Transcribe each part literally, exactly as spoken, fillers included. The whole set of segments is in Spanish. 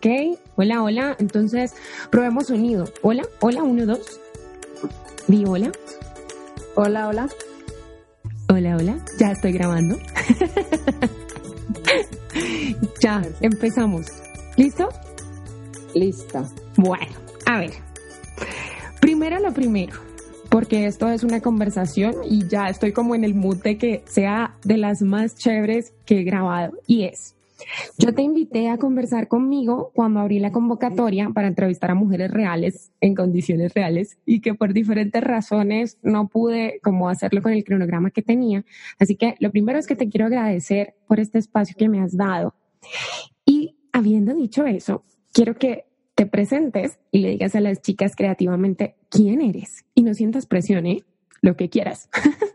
Ok, hola, hola. Entonces, probemos sonido. Hola, hola, uno, dos. Di hola. Hola, hola. Hola, hola. Ya estoy grabando. Ya, empezamos. ¿Listo? Lista. Bueno, a ver. Primero lo primero, porque esto es una conversación y ya estoy como en el mood de que sea de las más chéveres que he grabado. Y es, yo te invité a conversar conmigo cuando abrí la convocatoria para entrevistar a mujeres reales en condiciones reales y que por diferentes razones no pude como hacerlo con el cronograma que tenía. Así que lo primero es que te quiero agradecer por este espacio que me has dado. Y habiendo dicho eso, quiero que te presentes y le digas a las chicas creativamente quién eres. Y no sientas presión, ¿eh? Lo que quieras.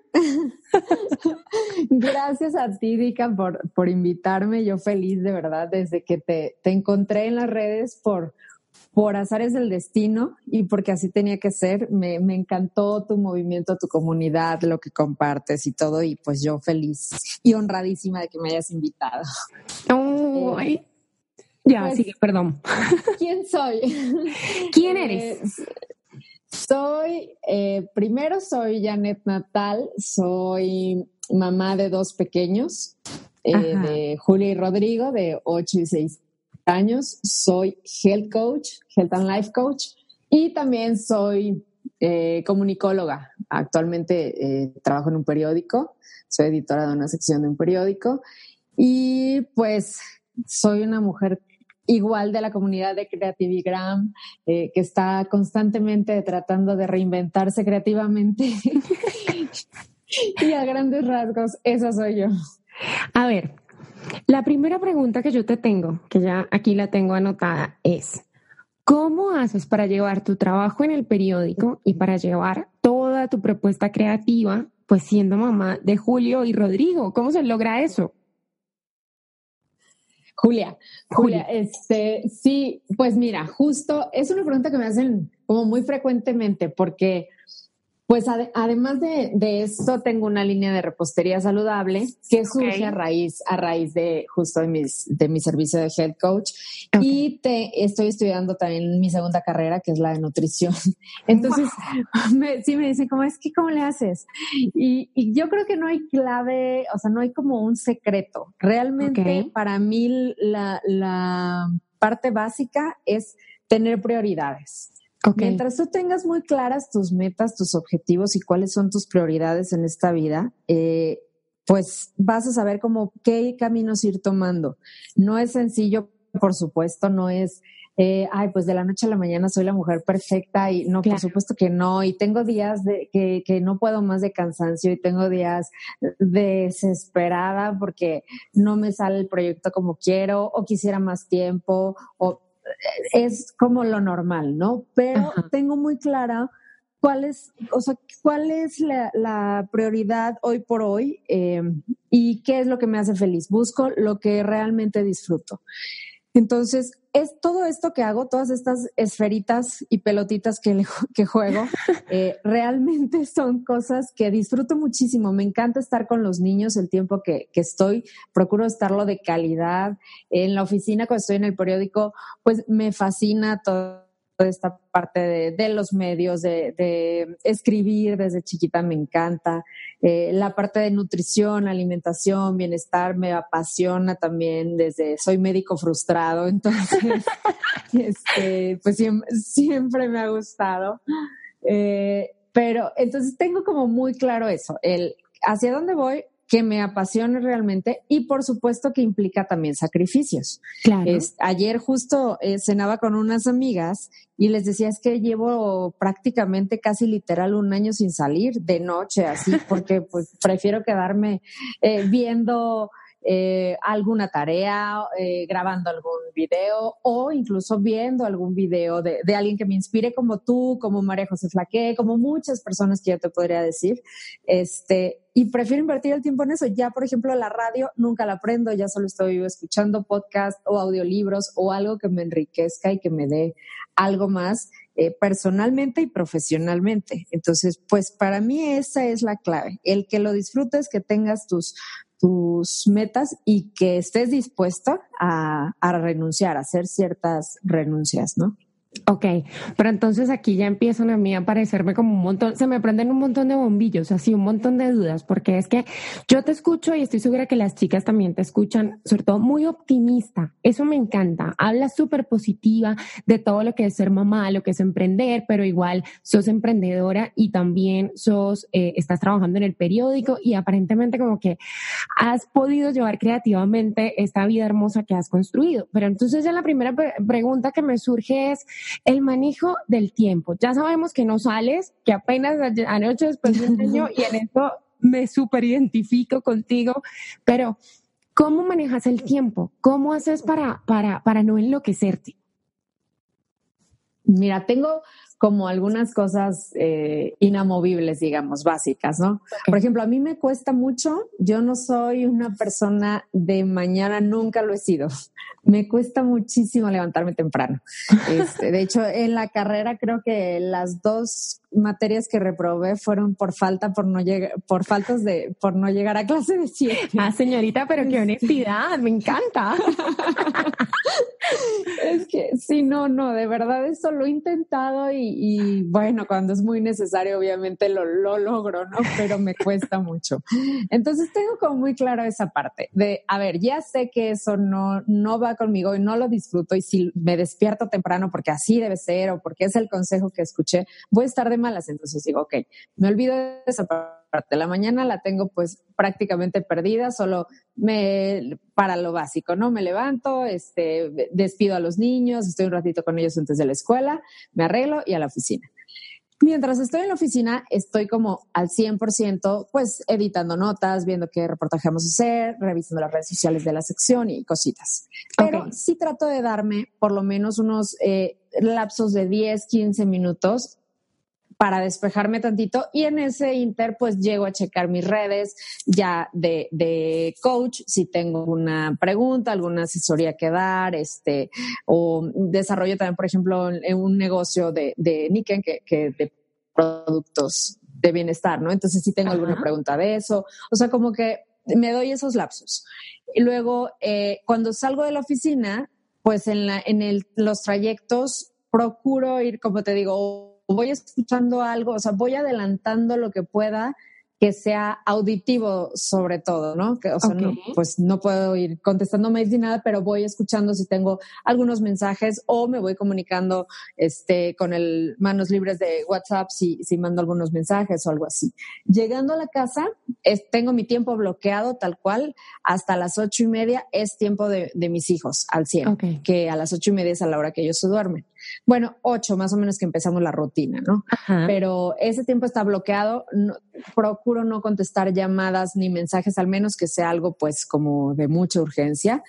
Gracias a ti, Dika, por, por invitarme. Yo feliz, de verdad, desde que te, te encontré en las redes por, por azares del destino y porque así tenía que ser. Me, me encantó tu movimiento, tu comunidad, lo que compartes y todo. Y pues yo feliz y honradísima de que me hayas invitado. Oh, eh, ya, pues, sigue, perdón. ¿Quién soy? ¿Quién eres? Eh, Soy, eh, primero soy Janet Natal, soy mamá de dos pequeños, eh, de Julia y Rodrigo, de ocho y seis años. Soy health coach, health and life coach, y también soy eh, comunicóloga. Actualmente eh, trabajo en un periódico, soy editora de una sección de un periódico y pues soy una mujer igual de la comunidad de Creativigram, eh, que está constantemente tratando de reinventarse creativamente. Y a grandes rasgos, esa soy yo. A ver, la primera pregunta que yo te tengo, que ya aquí la tengo anotada, es ¿cómo haces para llevar tu trabajo en el periódico y para llevar toda tu propuesta creativa, pues siendo mamá de Julio y Rodrigo? ¿Cómo se logra eso? Julia, Julia, Julia, este, sí, pues mira, justo es una pregunta que me hacen como muy frecuentemente porque, pues ade- además de, de esto, tengo una línea de repostería saludable que surge okay. a raíz, a raíz de justo de, mis, de mi servicio de head coach okay. y te estoy estudiando también mi segunda carrera, que es la de nutrición. Entonces, wow. me, sí me dicen, ¿cómo es que cómo le haces? Y, y yo creo que no hay clave, o sea, no hay como un secreto. Realmente, okay. para mí, la, la parte básica es tener prioridades. Okay. Mientras tú tengas muy claras tus metas, tus objetivos y cuáles son tus prioridades en esta vida, eh, pues vas a saber cómo qué caminos ir tomando. No es sencillo, por supuesto, no es, eh, ay, pues de la noche a la mañana soy la mujer perfecta y no, claro. Por supuesto que no. Y tengo días de, que, que no puedo más de cansancio y tengo días desesperada porque no me sale el proyecto como quiero o quisiera más tiempo o es como lo normal, ¿no? Pero ajá. Tengo muy clara cuál es, o sea, cuál es la, la prioridad hoy por hoy eh, y qué es lo que me hace feliz. Busco lo que realmente disfruto. Entonces, es todo esto que hago, todas estas esferitas y pelotitas que, le, que juego, eh, realmente son cosas que disfruto muchísimo. Me encanta estar con los niños el tiempo que, que estoy. Procuro estarlo de calidad. En la oficina, cuando estoy en el periódico, pues me fascina todo. Esta parte de, de los medios, de, de escribir desde chiquita me encanta. Eh, la parte de nutrición, alimentación, bienestar me apasiona también desde, soy médico frustrado, entonces, este, pues siempre, siempre me ha gustado. Eh, pero entonces tengo como muy claro eso, el hacia dónde voy, que me apasione realmente y por supuesto que implica también sacrificios. Claro. Es, ayer justo eh, cenaba con unas amigas y les decía es que llevo prácticamente casi literal un año sin salir de noche así porque pues prefiero quedarme eh, viendo eh, alguna tarea, eh, grabando algún video o incluso viendo algún video de, de alguien que me inspire como tú, como María José Flaqué, como muchas personas que yo te podría decir. Este, y prefiero invertir el tiempo en eso. Ya, por ejemplo, la radio nunca la prendo, ya solo estoy escuchando podcast o audiolibros o algo que me enriquezca y que me dé algo más eh, personalmente y profesionalmente. Entonces, pues para mí esa es la clave. El que lo disfrutes, que tengas tus tus metas y que estés dispuesto a, a renunciar, a hacer ciertas renuncias, ¿no? Ok, pero entonces aquí ya empiezan a mí a aparecerme como un montón, se me prenden un montón de bombillos, así un montón de dudas, porque es que yo te escucho y estoy segura que las chicas también te escuchan, sobre todo muy optimista, eso me encanta, hablas súper positiva de todo lo que es ser mamá, lo que es emprender, pero igual sos emprendedora y también sos, eh, estás trabajando en el periódico y aparentemente como que has podido llevar creativamente esta vida hermosa que has construido. Pero entonces ya la primera pre- pregunta que me surge es el manejo del tiempo. Ya sabemos que no sales, que apenas anoche después de un año y en esto me súper identifico contigo, pero ¿cómo manejas el tiempo? ¿Cómo haces para, para, para no enloquecerte? Mira, tengo como algunas cosas eh, inamovibles, digamos, básicas, ¿no? Okay. Por ejemplo, a mí me cuesta mucho, yo no soy una persona de mañana, nunca lo he sido. Me cuesta muchísimo levantarme temprano. Este, de hecho, en la carrera creo que las dos materias que reprobé fueron por falta, por no llegar, por faltas de, por no llegar a clase de siete. Ah, señorita, pero qué honestidad, me encanta. Es que sí, no, no, de verdad eso lo he intentado y, y bueno, cuando es muy necesario obviamente lo, lo logro, ¿no? Pero me cuesta mucho. Entonces tengo como muy claro esa parte de, a ver, ya sé que eso no, no va conmigo y no lo disfruto y si me despierto temprano porque así debe ser o porque es el consejo que escuché, voy a estar de malas. Entonces digo, ok, me olvido de esa parte. La mañana la tengo pues prácticamente perdida, solo me para lo básico, ¿no? Me levanto, este, despido a los niños, estoy un ratito con ellos antes de la escuela, me arreglo y a la oficina. Mientras estoy en la oficina, estoy como al cien por ciento, pues editando notas, viendo qué reportaje vamos a hacer, revisando las redes sociales de la sección y cositas. Pero okay. Sí trato de darme por lo menos unos eh, lapsos de diez, quince minutos para despejarme tantito y en ese inter pues llego a checar mis redes ya de, de coach, si tengo una pregunta, alguna asesoría que dar, este, o desarrollo también, por ejemplo, en un negocio de, de Niken que, que de productos de bienestar, ¿no? Entonces si tengo Ajá. alguna pregunta de eso, o sea, como que me doy esos lapsos. Y luego, eh, cuando salgo de la oficina, pues en, la, en el, los trayectos procuro ir, como te digo, voy escuchando algo, o sea, voy adelantando lo que pueda que sea auditivo sobre todo, ¿no? Que, o sea, okay. no, pues no puedo ir contestando mails ni nada, pero voy escuchando si tengo algunos mensajes o me voy comunicando este, con el manos libres de WhatsApp si, si mando algunos mensajes o algo así. Llegando a la casa, es, tengo mi tiempo bloqueado tal cual, hasta las ocho y media es tiempo de, de mis hijos al cien, okay. que a las ocho y media es a la hora que ellos se duermen. Bueno, ocho más o menos que empezamos la rutina, ¿no? Ajá. Pero ese tiempo está bloqueado, no, procuro no contestar llamadas ni mensajes, al menos que sea algo pues como de mucha urgencia.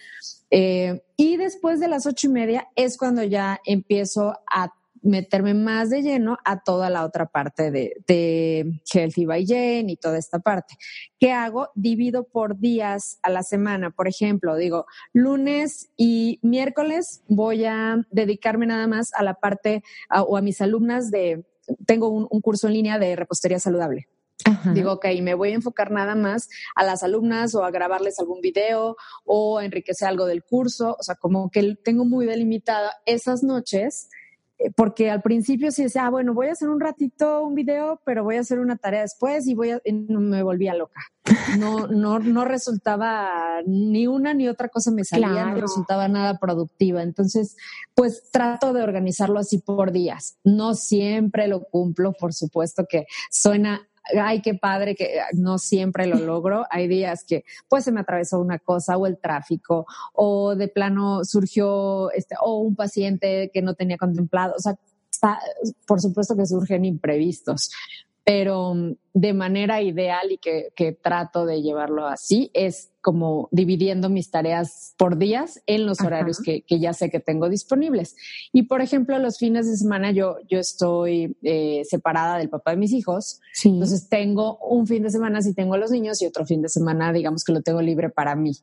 Eh, y después de las ocho y media es cuando ya empiezo a meterme más de lleno a toda la otra parte de, de Healthy by Jen y toda esta parte. ¿Qué hago? Divido por días a la semana. Por ejemplo, digo, lunes y miércoles voy a dedicarme nada más a la parte a, o a mis alumnas de, tengo un, un curso en línea de repostería saludable. Ajá. Digo, ok, me voy a enfocar nada más a las alumnas o a grabarles algún video o a enriquecer algo del curso. O sea, como que tengo muy delimitada esas noches, porque al principio sí decía, ah, bueno, voy a hacer un ratito un video, pero voy a hacer una tarea después y voy a, y me volvía loca. No, no, no resultaba ni una ni otra cosa me salía, claro. No resultaba nada productiva. Entonces, pues trato de organizarlo así por días. No siempre lo cumplo, por supuesto que suena ay, qué padre, que no siempre lo logro. Hay días que pues se me atravesó una cosa o el tráfico o de plano surgió este o un paciente que no tenía contemplado. O sea, está, por supuesto que surgen imprevistos, pero de manera ideal y que, que trato de llevarlo así es como dividiendo mis tareas por días en los horarios que, que ya sé que tengo disponibles. Y por ejemplo, los fines de semana yo, yo estoy eh, separada del papá de mis hijos. Sí. Entonces tengo un fin de semana si tengo a los niños y otro fin de semana digamos que lo tengo libre para mí.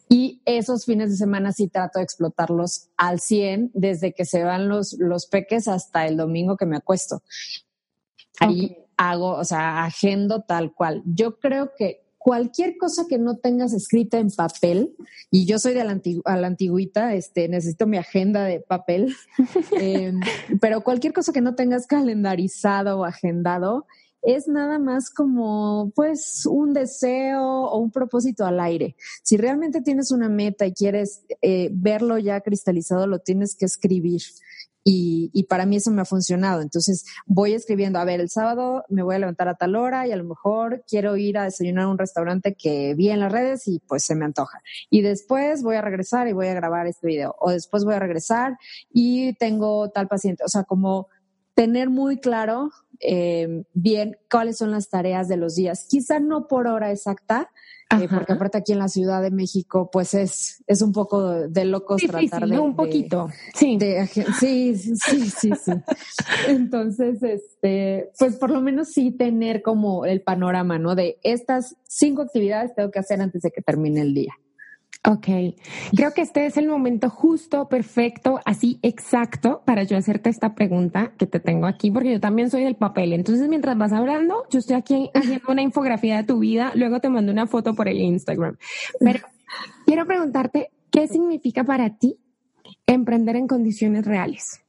Y esos fines de semana sí trato de explotarlos al cien desde que se van los, los peques hasta el domingo que me acuesto. Ahí okay. hago, o sea, agendo tal cual. Yo creo que cualquier cosa que no tengas escrita en papel, y yo soy de la, antigu- a la antigüita, este, necesito mi agenda de papel, eh, pero cualquier cosa que no tengas calendarizado o agendado, es nada más como pues un deseo o un propósito al aire. Si realmente tienes una meta y quieres eh, verlo ya cristalizado, lo tienes que escribir. Y, y para mí eso me ha funcionado. Entonces voy escribiendo, a ver, el sábado me voy a levantar a tal hora y a lo mejor quiero ir a desayunar a un restaurante que vi en las redes y pues se me antoja. Y después voy a regresar y voy a grabar este video. O después voy a regresar y tengo tal paciente. O sea, como tener muy claro eh, bien cuáles son las tareas de los días. Quizá no por hora exacta, eh, porque aparte aquí en la Ciudad de México, pues es, es un poco de, de locos Sí, tratar sí, de... ¿no? Un poquito, sí. De, sí, sí, sí, sí, sí. Entonces, este, pues por lo menos sí tener como el panorama, ¿no? De estas cinco actividades tengo que hacer antes de que termine el día. Ok, creo que este es el momento justo, perfecto, así exacto para yo hacerte esta pregunta que te tengo aquí, porque yo también soy del papel. Entonces, mientras vas hablando, yo estoy aquí haciendo una infografía de tu vida, luego te mando una foto por el Instagram. Pero quiero preguntarte, ¿qué significa para ti emprender en condiciones reales?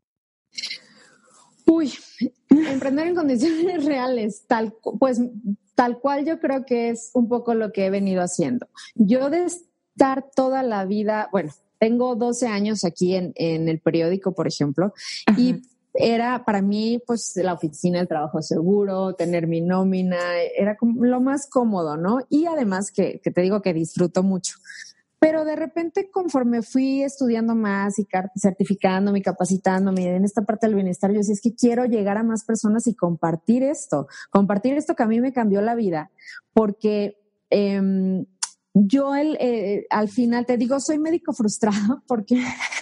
Uy, emprender en condiciones reales, tal, pues tal cual yo creo que es un poco lo que he venido haciendo. Yo de estar toda la vida, bueno, tengo doce años aquí en, en el periódico, por ejemplo, Ajá. y era para mí, pues, la oficina, el trabajo seguro, tener mi nómina, era como lo más cómodo, ¿no? Y además que, que te digo que disfruto mucho. Pero de repente, conforme fui estudiando más y certificándome y capacitándome en esta parte del bienestar, yo decía, es que quiero llegar a más personas y compartir esto, compartir esto que a mí me cambió la vida, porque eh, yo el, eh, al final, te digo, soy médico frustrado porque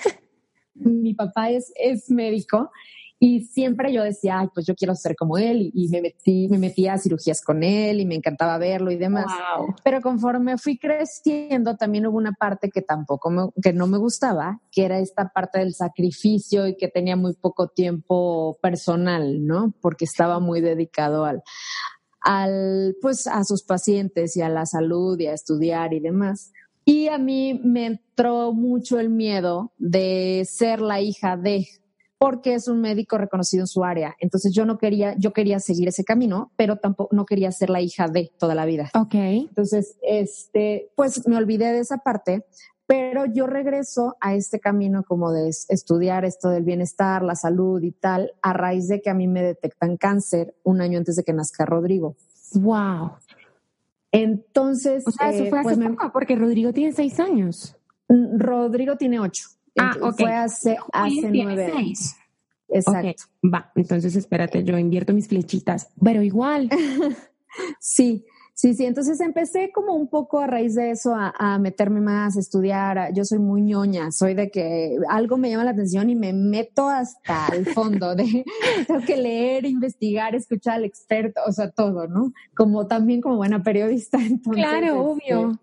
mi papá es, es médico. Y siempre yo decía, ay, pues yo quiero ser como él, y, y me metí, me metí a cirugías con él y me encantaba verlo y demás. Wow. Pero conforme fui creciendo, también hubo una parte que tampoco me, que no me gustaba, que era esta parte del sacrificio y que tenía muy poco tiempo personal, ¿no? Porque estaba muy dedicado al, al, pues a sus pacientes y a la salud y a estudiar y demás. Y a mí me entró mucho el miedo de ser la hija de, porque es un médico reconocido en su área. Entonces yo no quería, yo quería seguir ese camino, pero tampoco no quería ser la hija de toda la vida. Ok. Entonces, este, pues me olvidé de esa parte, pero yo regreso a este camino como de estudiar esto del bienestar, la salud y tal, a raíz de que a mí me detectan cáncer un año antes de que nazca Rodrigo. Wow. Entonces, o sea, eso eh, fue hace pues poco, me... porque Rodrigo tiene seis años. Rodrigo tiene ocho. Ah, ok. Fue hace, hace nueve años. Exacto. Okay. Va, entonces espérate, yo invierto mis flechitas, pero igual. Sí, sí, sí. Entonces empecé como un poco a raíz de eso a, a meterme más, a estudiar. A, yo soy muy ñoña, soy de que algo me llama la atención y me meto hasta el fondo de tengo que leer, investigar, escuchar al experto, o sea, todo, ¿no? Como también como buena periodista. Entonces, claro, este, obvio.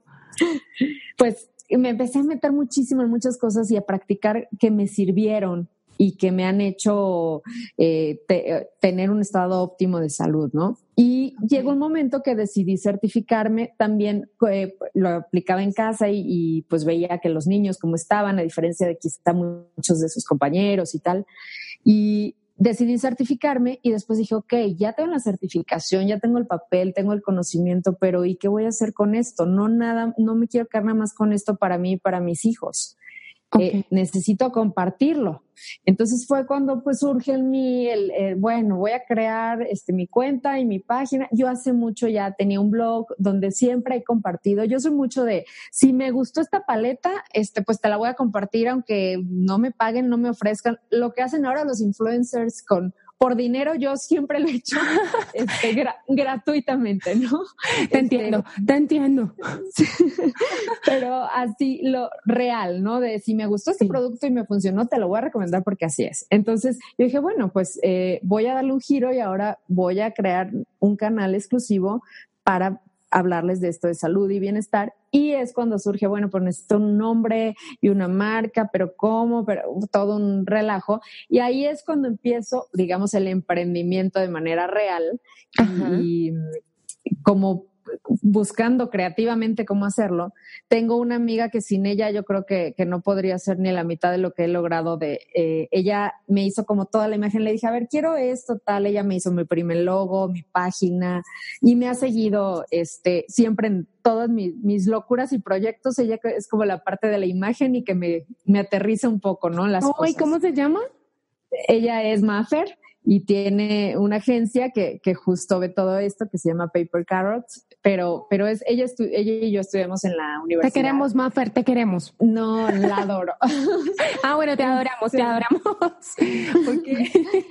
Pues me empecé a meter muchísimo en muchas cosas y a practicar que me sirvieron y que me han hecho eh, te, tener un estado óptimo de salud, ¿no? Y okay. Llegó un momento que decidí certificarme, también eh, lo aplicaba en casa y, y pues veía que los niños cómo estaban, a diferencia de quizá muchos de sus compañeros y tal, y decidí certificarme y después dije, ok, ya tengo la certificación, ya tengo el papel, tengo el conocimiento, pero ¿y qué voy a hacer con esto? No nada, no me quiero quedar nada más con esto para mí y para mis hijos. Okay. Eh, necesito compartirlo. Entonces fue cuando pues surge en mí el, el, bueno, voy a crear este, mi cuenta y mi página. Yo hace mucho ya tenía un blog donde siempre he compartido. Yo soy mucho de, si me gustó esta paleta, este, pues te la voy a compartir aunque no me paguen, no me ofrezcan. Lo que hacen ahora los influencers con por dinero, yo siempre lo he hecho este, gra- gratuitamente, ¿no? Te entiendo, este, te entiendo. Pero así lo real, ¿no? De si me gustó este sí. producto y me funcionó, te lo voy a recomendar porque así es. Entonces yo dije, bueno, pues eh, voy a darle un giro y ahora voy a crear un canal exclusivo para hablarles de esto de salud y bienestar. Y es cuando surge, bueno, pues necesito un nombre y una marca, pero ¿cómo? Pero todo un relajo. Y ahí es cuando empiezo, digamos, el emprendimiento de manera real. Ajá. Y como buscando creativamente cómo hacerlo. Tengo una amiga que sin ella yo creo que, que no podría hacer ni la mitad de lo que he logrado. De eh, ella me hizo como toda la imagen, le dije, a ver, quiero esto, tal. Ella me hizo mi primer logo, mi página, y me ha seguido este, siempre en todas mis, mis locuras y proyectos. Ella es como la parte de la imagen y que me, me aterriza un poco, ¿no? Las oh, cosas. ¿Y cómo se llama? Ella es Maffer y tiene una agencia que, que justo ve todo esto, que se llama Paper Carrots, pero, pero es, ella, estu- ella y yo estudiamos en la universidad. Te queremos, Mafer, te queremos. No, la adoro. Ah, bueno, te adoramos, sí. te adoramos. Okay.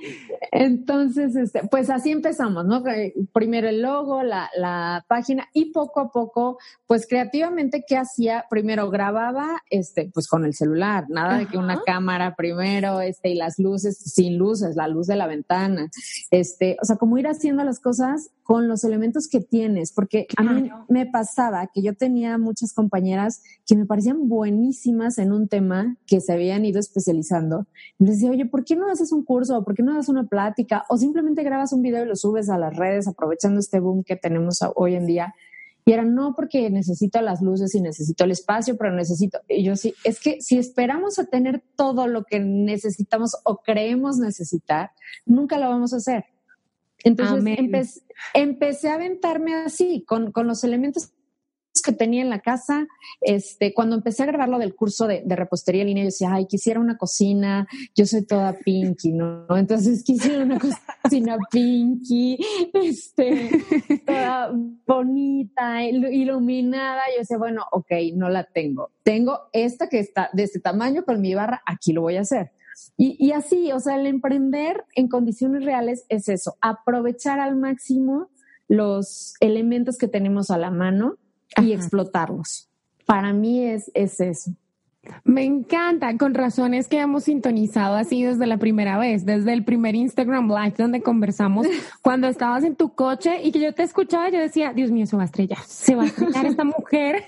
Entonces, este, pues así empezamos, ¿no? Primero el logo, la, la página, y poco a poco, pues creativamente, ¿qué hacía? Primero grababa, este, pues con el celular, nada Ajá. de que una cámara primero, este, y las luces, sin luces, la luz de la ventana, este, o sea, como ir haciendo las cosas con los elementos que tienes, porque a mí me pasaba que yo tenía muchas compañeras que me parecían buenísimas en un tema que se habían ido especializando. Y les decía, oye, ¿por qué no haces un curso? ¿Por qué no das una plática? O simplemente grabas un video y lo subes a las redes aprovechando este boom que tenemos hoy en día. Y era, no, porque necesito las luces y necesito el espacio, pero necesito... Y yo sí, es que si esperamos a tener todo lo que necesitamos o creemos necesitar, nunca lo vamos a hacer. Entonces empe- empecé a aventarme así, con, con los elementos que tenía en la casa. Este, cuando empecé a grabar lo del curso de, de repostería en línea, yo decía, ay, quisiera una cocina, yo soy toda pinky, ¿no? Entonces quisiera una cocina pinky, este, toda bonita, iluminada. Yo decía, bueno, ok, no la tengo. Tengo esta que está de este tamaño con mi barra, aquí lo voy a hacer. Y, y así, o sea, el emprender en condiciones reales es eso, aprovechar al máximo los elementos que tenemos a la mano y Ajá. explotarlos. Para mí es, es eso. Me encanta, con razones que hemos sintonizado así desde la primera vez, desde el primer Instagram Live donde conversamos cuando estabas en tu coche y que yo te escuchaba, yo decía, Dios mío, se va a estrellar, se va a estrellar esta mujer.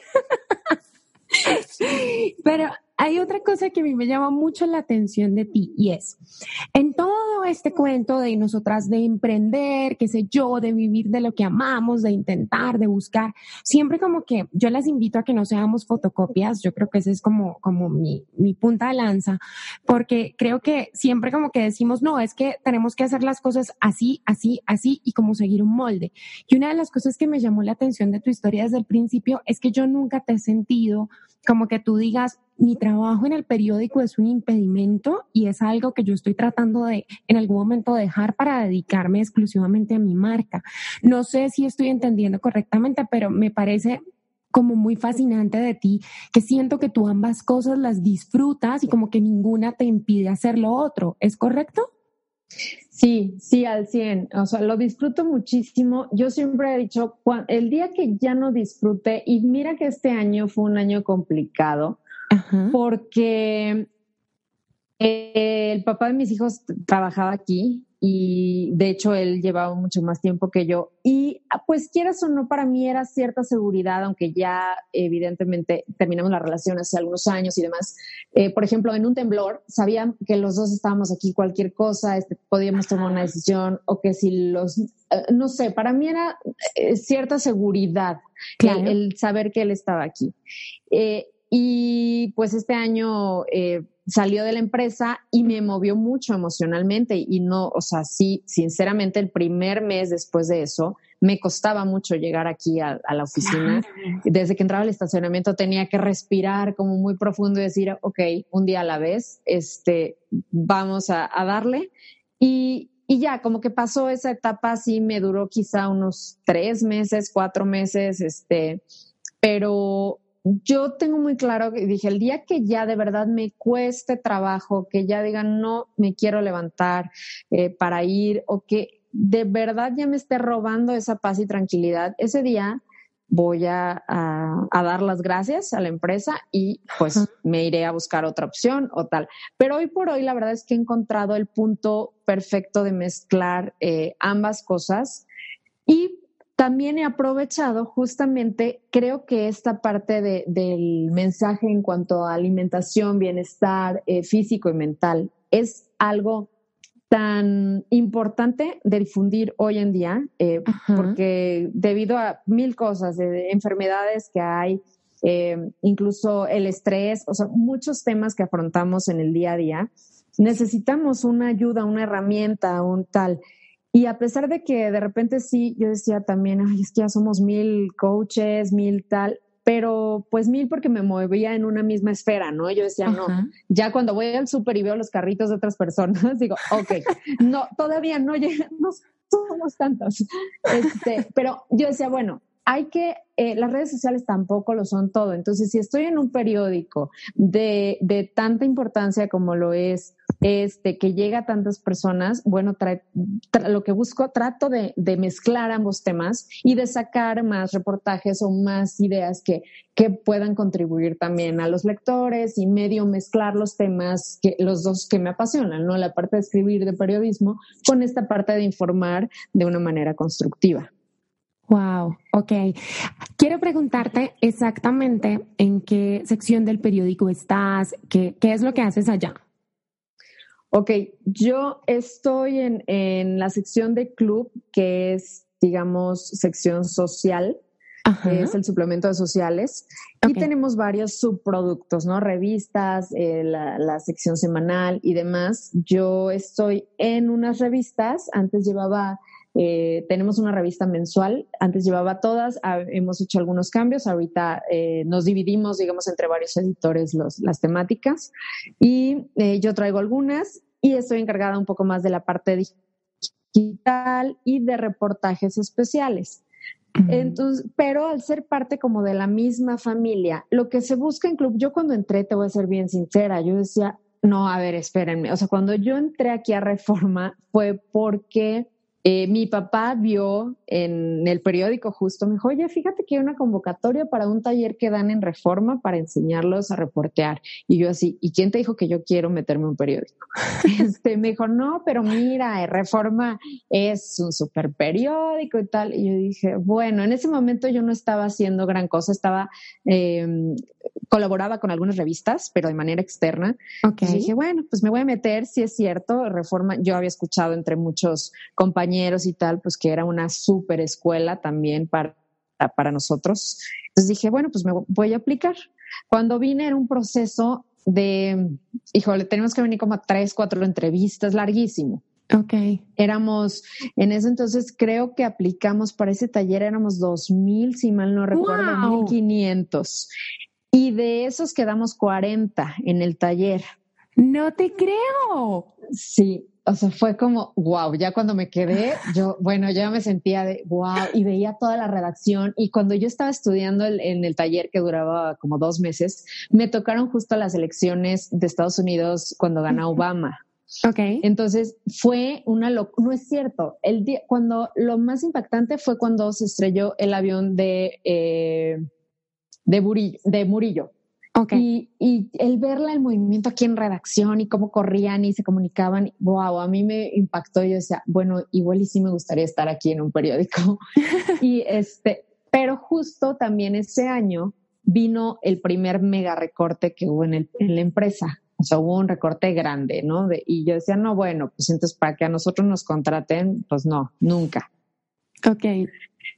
Pero hay otra cosa que a mí me llama mucho la atención de ti y es, en todo este cuento de nosotras de emprender, qué sé yo, de vivir de lo que amamos, de intentar, de buscar, siempre como que yo las invito a que no seamos fotocopias. Yo creo que ese es como, como mi, mi punta de lanza, porque creo que siempre como que decimos, no, es que tenemos que hacer las cosas así, así, así y como seguir un molde. Y una de las cosas que me llamó la atención de tu historia desde el principio es que yo nunca te he sentido como que tú digas, mi trabajo en el periódico es un impedimento y es algo que yo estoy tratando de en algún momento dejar para dedicarme exclusivamente a mi marca. No sé si estoy entendiendo correctamente, pero me parece como muy fascinante de ti, que siento que tú ambas cosas las disfrutas y como que ninguna te impide hacer lo otro. ¿Es correcto? Sí, sí, al cien. O sea, lo disfruto muchísimo. Yo siempre he dicho, el día que ya no disfrute, y mira que este año fue un año complicado, Ajá. porque eh, el papá de mis hijos trabajaba aquí y de hecho él llevaba mucho más tiempo que yo y pues quieras o no, para mí era cierta seguridad, aunque ya evidentemente terminamos la relación hace algunos años y demás. Eh, por ejemplo, en un temblor sabía que los dos estábamos aquí, cualquier cosa, este, podíamos tomar una decisión, o que si los, eh, no sé, para mí era eh, cierta seguridad, claro. el, el saber que él estaba aquí. Eh, y pues este año eh, salió de la empresa y me movió mucho emocionalmente y no, o sea, sí, sinceramente el primer mes después de eso me costaba mucho llegar aquí a, a la oficina. Claro. Desde que entraba al estacionamiento tenía que respirar como muy profundo y decir, ok, un día a la vez, este, vamos a, a darle. Y, y ya, como que pasó esa etapa, así me duró quizá unos tres meses, cuatro meses, este, pero yo tengo muy claro que dije, el día que ya de verdad me cueste trabajo, que ya digan, no me quiero levantar eh, para ir, o que de verdad ya me esté robando esa paz y tranquilidad, ese día voy a, a, a dar las gracias a la empresa y pues uh-huh. me iré a buscar otra opción o tal. Pero hoy por hoy la verdad es que he encontrado el punto perfecto de mezclar eh, ambas cosas y también he aprovechado justamente, creo que esta parte de, del mensaje en cuanto a alimentación, bienestar eh, físico y mental es algo tan importante de difundir hoy en día, eh, porque debido a mil cosas, de, de enfermedades que hay, eh, incluso el estrés, o sea, muchos temas que afrontamos en el día a día, necesitamos una ayuda, una herramienta, un tal. Y a pesar de que de repente sí, yo decía también, ay, es que ya somos mil coaches, mil tal, pero pues mil porque me movía en una misma esfera, ¿no? Yo decía, Ajá. no, ya cuando voy al súper y veo los carritos de otras personas, digo, ok, no, todavía no llegan, no somos tantos. Este, pero yo decía, bueno, hay que, eh, las redes sociales tampoco lo son todo. Entonces, si estoy en un periódico de, de tanta importancia como lo es, este, que llega a tantas personas, bueno, tra- tra- lo que busco, trato de, de mezclar ambos temas y de sacar más reportajes o más ideas que, que puedan contribuir también a los lectores y medio mezclar los temas, que, los dos que me apasionan, ¿no? La parte de escribir, de periodismo, con esta parte de informar de una manera constructiva. Wow, ok. Quiero preguntarte exactamente en qué sección del periódico estás, qué, qué es lo que haces allá. Ok, yo estoy en, en la sección de club, que es, digamos, sección social, Ajá. que es el suplemento de sociales, okay. y tenemos varios subproductos, ¿no? Revistas, eh, la, la sección semanal y demás. Yo estoy en unas revistas, antes llevaba... Eh, tenemos una revista mensual, antes llevaba todas, a, hemos hecho algunos cambios, ahorita eh, nos dividimos, digamos, entre varios editores los, las temáticas y eh, yo traigo algunas y estoy encargada un poco más de la parte digital y de reportajes especiales. Uh-huh. Entonces, pero al ser parte como de la misma familia, lo que se busca en Club, yo cuando entré, te voy a ser bien sincera, yo decía, no, a ver, espérenme, o sea, cuando yo entré aquí a Reforma fue porque... Eh, mi papá vio en el periódico justo, me dijo, oye, fíjate que hay una convocatoria para un taller que dan en Reforma para enseñarlos a reportear. Y yo así, ¿y quién te dijo que yo quiero meterme en un periódico? este, me dijo, no, pero mira, Reforma es un super periódico y tal. Y yo dije, bueno, en ese momento yo no estaba haciendo gran cosa, estaba... Eh, colaboraba con algunas revistas, pero de manera externa. Okay. Y dije, bueno, pues me voy a meter, si es cierto, Reforma, yo había escuchado entre muchos compañeros y tal, pues que era una súper escuela también para, para nosotros. Entonces dije, bueno, pues me voy a aplicar. Cuando vine era un proceso de, híjole, tenemos que venir como a tres, cuatro entrevistas, larguísimo. Okay. Éramos, en ese entonces creo que aplicamos para ese taller, éramos dos mil, si mal no recuerdo, wow. mil quinientos. Y de esos quedamos cuarenta en el taller. ¡No te creo! Sí, o sea, fue como, wow, ya cuando me quedé, yo, bueno, ya me sentía de wow, y veía toda la redacción. Y cuando yo estaba estudiando el, en el taller que duraba como dos meses, me tocaron justo las elecciones de Estados Unidos cuando ganó Obama. Okay. Entonces fue una locura, no es cierto, el día, cuando lo más impactante fue cuando se estrelló el avión de... Eh, De, Burillo, de Murillo. Okay. Y, y el verla, el movimiento aquí en redacción y cómo corrían y se comunicaban, wow, a mí me impactó. Yo decía, bueno, igual y sí me gustaría estar aquí en un periódico. y este, pero justo también ese año vino el primer mega recorte que hubo en, el, en la empresa. O sea, hubo un recorte grande, ¿no? De, y yo decía, no, bueno, pues entonces para que a nosotros nos contraten, pues no, nunca. Ok.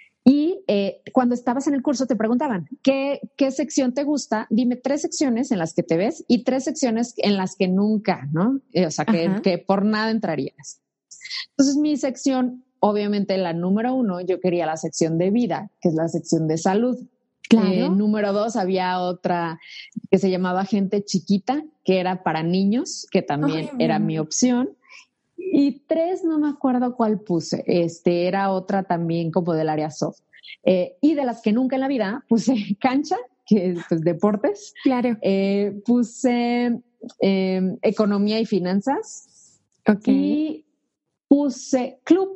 Y eh, cuando estabas en el curso te preguntaban, ¿qué, ¿qué sección te gusta? Dime tres secciones en las que te ves y tres secciones en las que nunca, ¿no? Eh, o sea, que, que por nada entrarías. Entonces mi sección, obviamente la número uno, yo quería la sección de vida, que es la sección de salud. Claro. Eh, número dos, había otra que se llamaba Gente Chiquita, que era para niños, que también Ay, era mi opción. Y tres, no me acuerdo cuál puse. Este, era otra también como del área soft. Eh, y de las que nunca en la vida puse cancha, que es pues, deportes. Claro. Eh, puse eh, economía y finanzas. Ok. Y puse club.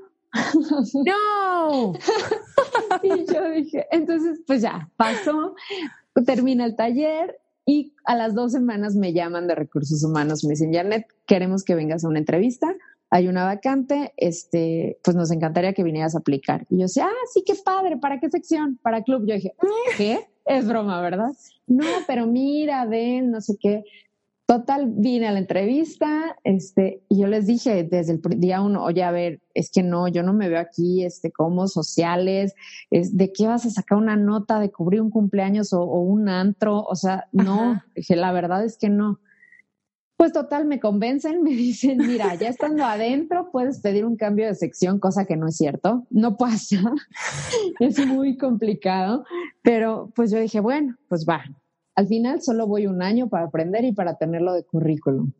¡No! Y yo dije, entonces pues ya, pasó, termina el taller y a las dos semanas me llaman de recursos humanos, me dicen, Janet, queremos que vengas a una entrevista, hay una vacante, este, pues nos encantaría que vinieras a aplicar. Y yo decía, ah, sí, qué padre, ¿para qué sección? Para club. Yo dije, ¿qué? Es broma, ¿verdad? No, pero mira, ven, no sé qué. total, vine a la entrevista, este, y yo les dije desde el día uno, oye, a ver, es que no, yo no me veo aquí, este, como sociales, es, ¿de qué vas a sacar una nota de cubrir un cumpleaños o, o un antro? O sea, no, Ajá. dije, la verdad es que no. Pues total, me convencen, me dicen, mira, ya estando adentro puedes pedir un cambio de sección, cosa que no es cierto, no pasa, es muy complicado, pero pues yo dije, bueno, pues va, al final solo voy un año para aprender y para tenerlo de currículum.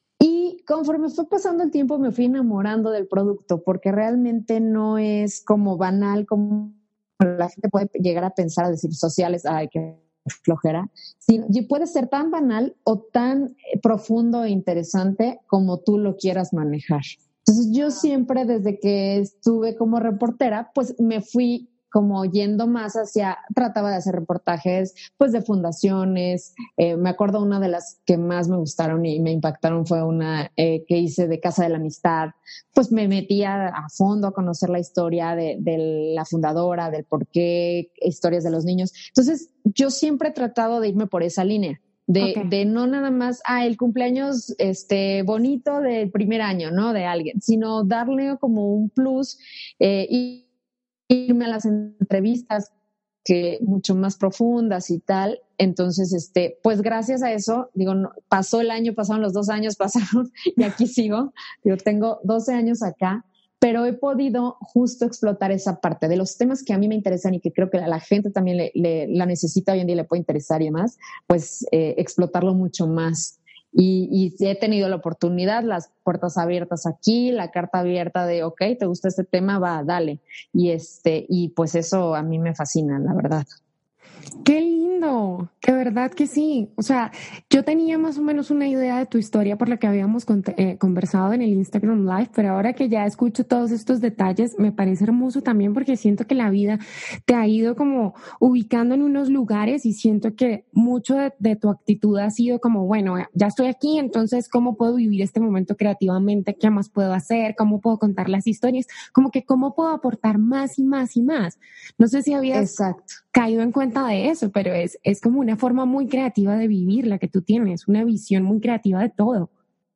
Y conforme fue pasando el tiempo me fui enamorando del producto, porque realmente no es como banal, como la gente puede llegar a pensar, a decir sociales, ay, que flojera, sino, y puede ser tan banal o tan profundo e interesante como tú lo quieras manejar. Entonces yo siempre desde que estuve como reportera, pues me fui como yendo más hacia, trataba de hacer reportajes pues de fundaciones, eh, me acuerdo una de las que más me gustaron y me impactaron fue una eh, que hice de Casa de la Amistad, pues me metía a fondo a conocer la historia de, de la fundadora, del por qué, historias de los niños. Entonces yo siempre he tratado de irme por esa línea. De, okay. de no nada más, ah, el cumpleaños este, bonito del primer año, ¿no? De alguien, sino darle como un plus eh, y irme a las entrevistas que mucho más profundas y tal. Entonces, este, pues gracias a eso, digo, no, pasó el año, pasaron los dos años, pasaron y aquí sigo. Yo tengo doce años acá, pero he podido justo explotar esa parte de los temas que a mí me interesan y que creo que a la gente también le, le, la necesita hoy en día, le puede interesar y demás, pues eh, explotarlo mucho más. Y, y he tenido la oportunidad, las puertas abiertas aquí, la carta abierta de, ok, ¿te gusta este tema? Va, dale. Y este, y pues eso a mí me fascina, la verdad. ¡Qué lindo! De verdad que sí. O sea, yo tenía más o menos una idea de tu historia por la que habíamos con- eh, conversado en el Instagram Live, pero ahora que ya escucho todos estos detalles, me parece hermoso también porque siento que la vida te ha ido como ubicando en unos lugares y siento que mucho de, de tu actitud ha sido como, bueno, ya estoy aquí, entonces, ¿cómo puedo vivir este momento creativamente? ¿Qué más puedo hacer? ¿Cómo puedo contar las historias? Como que, ¿cómo puedo aportar más y más y más? No sé si habías... Exacto. caído en cuenta de eso, pero es, es como una forma muy creativa de vivir la que tú tienes, una visión muy creativa de todo.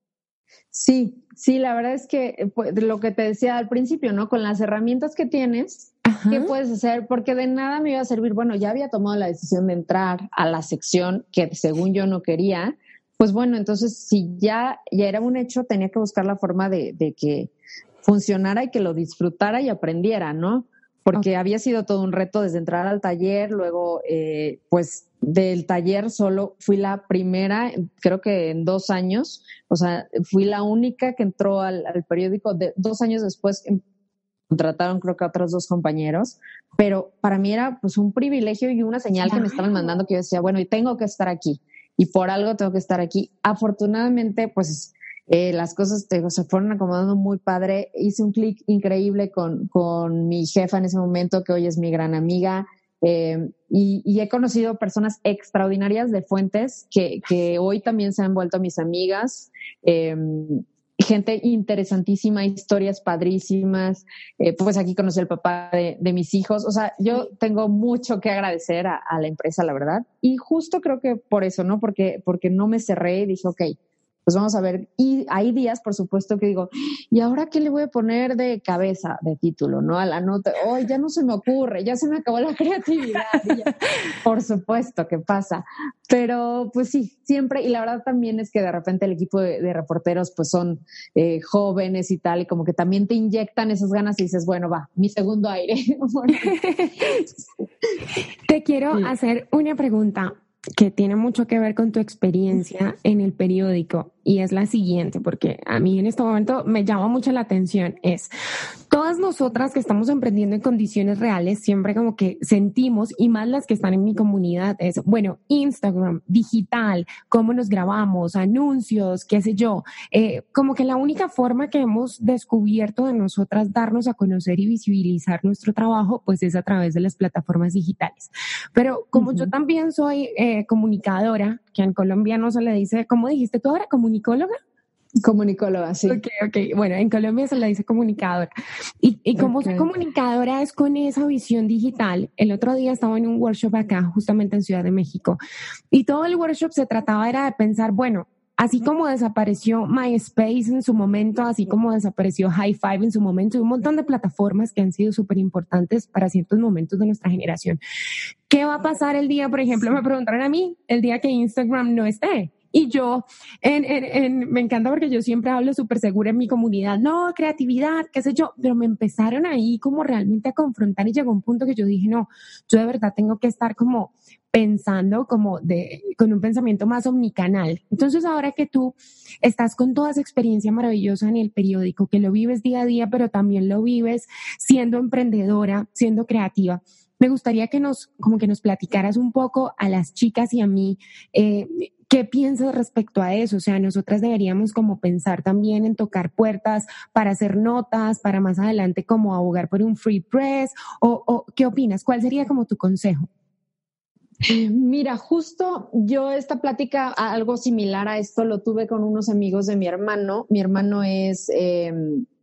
Sí, sí, la verdad es que pues, lo que te decía al principio, ¿no? Con las herramientas que tienes, Ajá. ¿qué puedes hacer? Porque de nada me iba a servir, bueno, ya había tomado la decisión de entrar a la sección que según yo no quería, pues bueno, entonces si ya, ya era un hecho, tenía que buscar la forma de, de que funcionara y que lo disfrutara y aprendiera, ¿no? Porque okay. había sido todo un reto desde entrar al taller, luego eh, pues del taller solo fui la primera, creo que en dos años, o sea, fui la única que entró al, al periódico, de, dos años después contrataron creo que a otros dos compañeros, pero para mí era pues un privilegio y una señal claro. que me estaban mandando que yo decía, bueno, y tengo que estar aquí, y por algo tengo que estar aquí. Afortunadamente, pues... Eh, las cosas te, se fueron acomodando muy padre. Hice un clic increíble con, con mi jefa en ese momento, que hoy es mi gran amiga. Eh, y, y he conocido personas extraordinarias de Fuentes que, que hoy también se han vuelto mis amigas. Eh, gente interesantísima, historias padrísimas. Eh, pues aquí conocí al papá de, de mis hijos. O sea, yo tengo mucho que agradecer a, a la empresa, la verdad. Y justo creo que por eso, ¿no? Porque, porque no me cerré y dije, ok, pues vamos a ver. Y hay días, por supuesto, que digo, ¿y ahora qué le voy a poner de cabeza, de título, no? A la nota. Oh, ya no se me ocurre, ya se me acabó la creatividad. Ya, por supuesto que pasa. Pero, pues sí, siempre. Y la verdad también es que de repente el equipo de, de reporteros, pues son eh, jóvenes y tal, y como que también te inyectan esas ganas y dices, bueno, va, mi segundo aire. Te quiero sí. hacer una pregunta que tiene mucho que ver con tu experiencia en el periódico y es la siguiente, porque a mí en este momento me llama mucho la atención, es todas nosotras que estamos emprendiendo en condiciones reales, siempre como que sentimos, y más las que están en mi comunidad, es, bueno, Instagram, digital, cómo nos grabamos, anuncios, qué sé yo, eh, como que la única forma que hemos descubierto de nosotras darnos a conocer y visibilizar nuestro trabajo, pues es a través de las plataformas digitales. Pero como uh-huh. yo también soy eh, comunicadora, que en Colombia no se le dice, ¿cómo dijiste tú ahora? ¿Comunicóloga? Comunicóloga, sí. Ok, ok. Bueno, en Colombia se le dice comunicadora. Y, y como okay. soy comunicadora es con esa visión digital. El otro día estaba en un workshop acá, justamente en Ciudad de México, y todo el workshop se trataba era de pensar, bueno, así como desapareció MySpace en su momento, así como desapareció High Five en su momento, y un montón de plataformas que han sido súper importantes para ciertos momentos de nuestra generación. ¿Qué va a pasar el día, por ejemplo, me preguntaron a mí, el día que Instagram no esté? Y yo, en, en, en, me encanta porque yo siempre hablo súper segura en mi comunidad, no, creatividad, qué sé yo, pero me empezaron ahí como realmente a confrontar y llegó un punto que yo dije, no, yo de verdad tengo que estar como pensando como de, con un pensamiento más omnicanal. Entonces ahora que tú estás con toda esa experiencia maravillosa en el periódico, que lo vives día a día, pero también lo vives siendo emprendedora, siendo creativa, me gustaría que nos, como que nos platicaras un poco a las chicas y a mí, eh, ¿qué piensas respecto a eso? O sea, nosotras deberíamos como pensar también en tocar puertas para hacer notas, para más adelante como abogar por un free press, o, o ¿qué opinas? ¿Cuál sería como tu consejo? Mira, justo yo esta plática, algo similar a esto, lo tuve con unos amigos de mi hermano. Mi hermano es eh,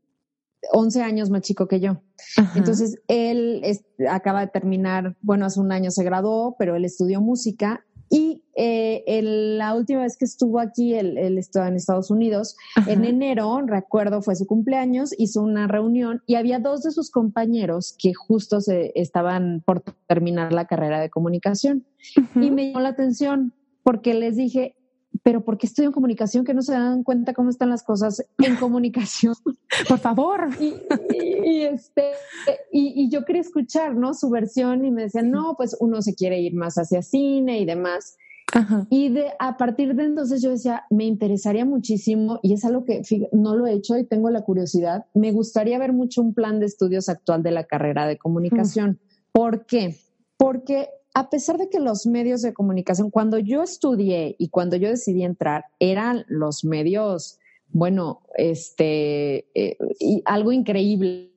once años más chico que yo. Ajá. Entonces, él es, acaba de terminar, bueno, hace un año se graduó, pero él estudió música. Y eh, el, la última vez que estuvo aquí, él, él estaba en Estados Unidos, ajá, en enero, recuerdo, fue su cumpleaños, hizo una reunión y había dos de sus compañeros que justo se estaban por terminar la carrera de comunicación. Uh-huh. Y me llamó la atención porque les dije, pero ¿por qué estudian comunicación que no se dan cuenta cómo están las cosas en comunicación? Por favor. Y, y, y, este, y, y yo quería escuchar, ¿no? Su versión y me decían, no, pues uno se quiere ir más hacia cine y demás. Ajá. Y de, a partir de entonces yo decía, me interesaría muchísimo y es algo que fíjate, no lo he hecho y tengo la curiosidad. Me gustaría ver mucho un plan de estudios actual de la carrera de comunicación. Mm. ¿Por qué? Porque a pesar de que los medios de comunicación, cuando yo estudié y cuando yo decidí entrar, eran los medios, bueno, este, eh, y algo increíble,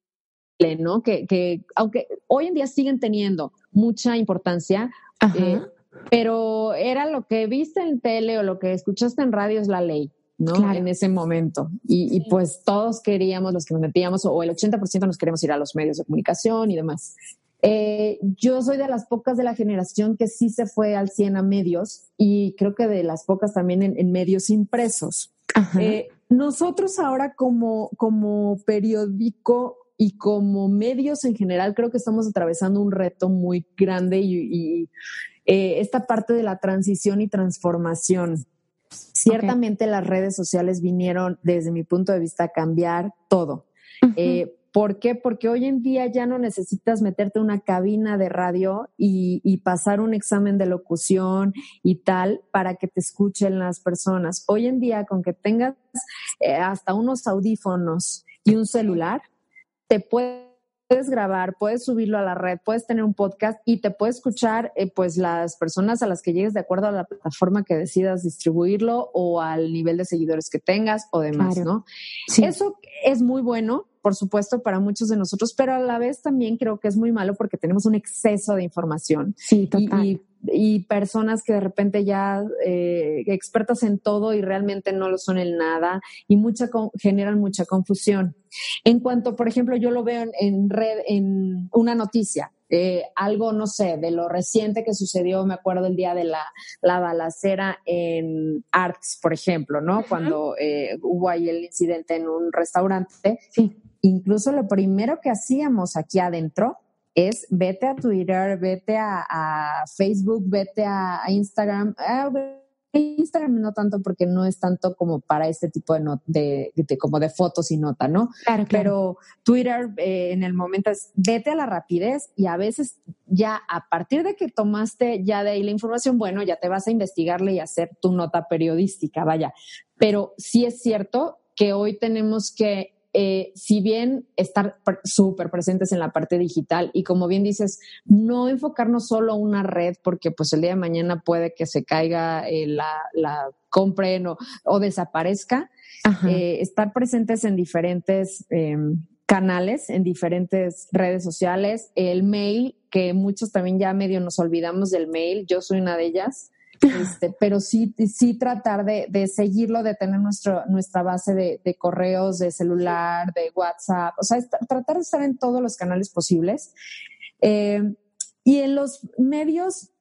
¿no? Que, que aunque hoy en día siguen teniendo mucha importancia, eh, pero era lo que viste en tele o lo que escuchaste en radio es la ley, ¿no? Claro. En ese momento. Y, sí. y pues todos queríamos, los que nos metíamos, o el ochenta por ciento nos queremos ir a los medios de comunicación y demás. Eh, yo soy de las pocas de la generación que sí se fue al cien a medios y creo que de las pocas también en, en medios impresos. Eh, nosotros ahora como, como periódico y como medios en general creo que estamos atravesando un reto muy grande y, y eh, esta parte de la transición y transformación. Ciertamente okay. Las redes sociales vinieron desde mi punto de vista a cambiar todo. Uh-huh. Eh, ¿Por qué? Porque hoy en día ya no necesitas meterte en una cabina de radio y, y pasar un examen de locución y tal para que te escuchen las personas. Hoy en día, con que tengas eh, hasta unos audífonos y un celular, te puedes grabar, puedes subirlo a la red, puedes tener un podcast y te puedes escuchar eh, pues las personas a las que llegues de acuerdo a la plataforma que decidas distribuirlo o al nivel de seguidores que tengas o demás, claro. ¿no? Sí. Eso es muy bueno, por supuesto, para muchos de nosotros, pero a la vez también creo que es muy malo porque tenemos un exceso de información. Sí, total. Y, y, y personas que de repente ya eh, expertas en todo y realmente no lo son en nada y mucha generan mucha confusión. En cuanto, por ejemplo, yo lo veo en, en red, en una noticia, eh, algo, no sé, de lo reciente que sucedió, me acuerdo el día de la, la balacera en Arts, por ejemplo, ¿no? Uh-huh. Cuando eh, hubo ahí el incidente en un restaurante. Sí. Incluso lo primero que hacíamos aquí adentro es vete a Twitter, vete a, a Facebook, vete a, a Instagram. Ah, Instagram no tanto porque no es tanto como para este tipo de, not- de, de como de fotos y nota, ¿no? Claro, claro. Pero Twitter eh, en el momento es vete a la rapidez y a veces ya a partir de que tomaste ya de ahí la información, bueno, ya te vas a investigarle y hacer tu nota periodística, vaya. Pero sí es cierto que hoy tenemos que Eh, si bien estar súper presentes en la parte digital y como bien dices, no enfocarnos solo a una red porque pues el día de mañana puede que se caiga, eh, la, la compren o, o desaparezca, eh, estar presentes en diferentes eh, canales, en diferentes redes sociales, el mail, que muchos también ya medio nos olvidamos del mail, yo soy una de ellas. Este, pero sí, sí tratar de, de seguirlo, de tener nuestro, nuestra base de, de correos, de celular, de WhatsApp, o sea, est- tratar de estar en todos los canales posibles. Eh, y en los medios,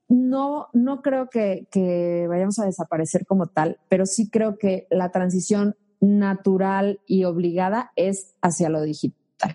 no, no creo que, que vayamos a desaparecer como tal, pero sí creo que la transición natural y obligada es hacia lo digital.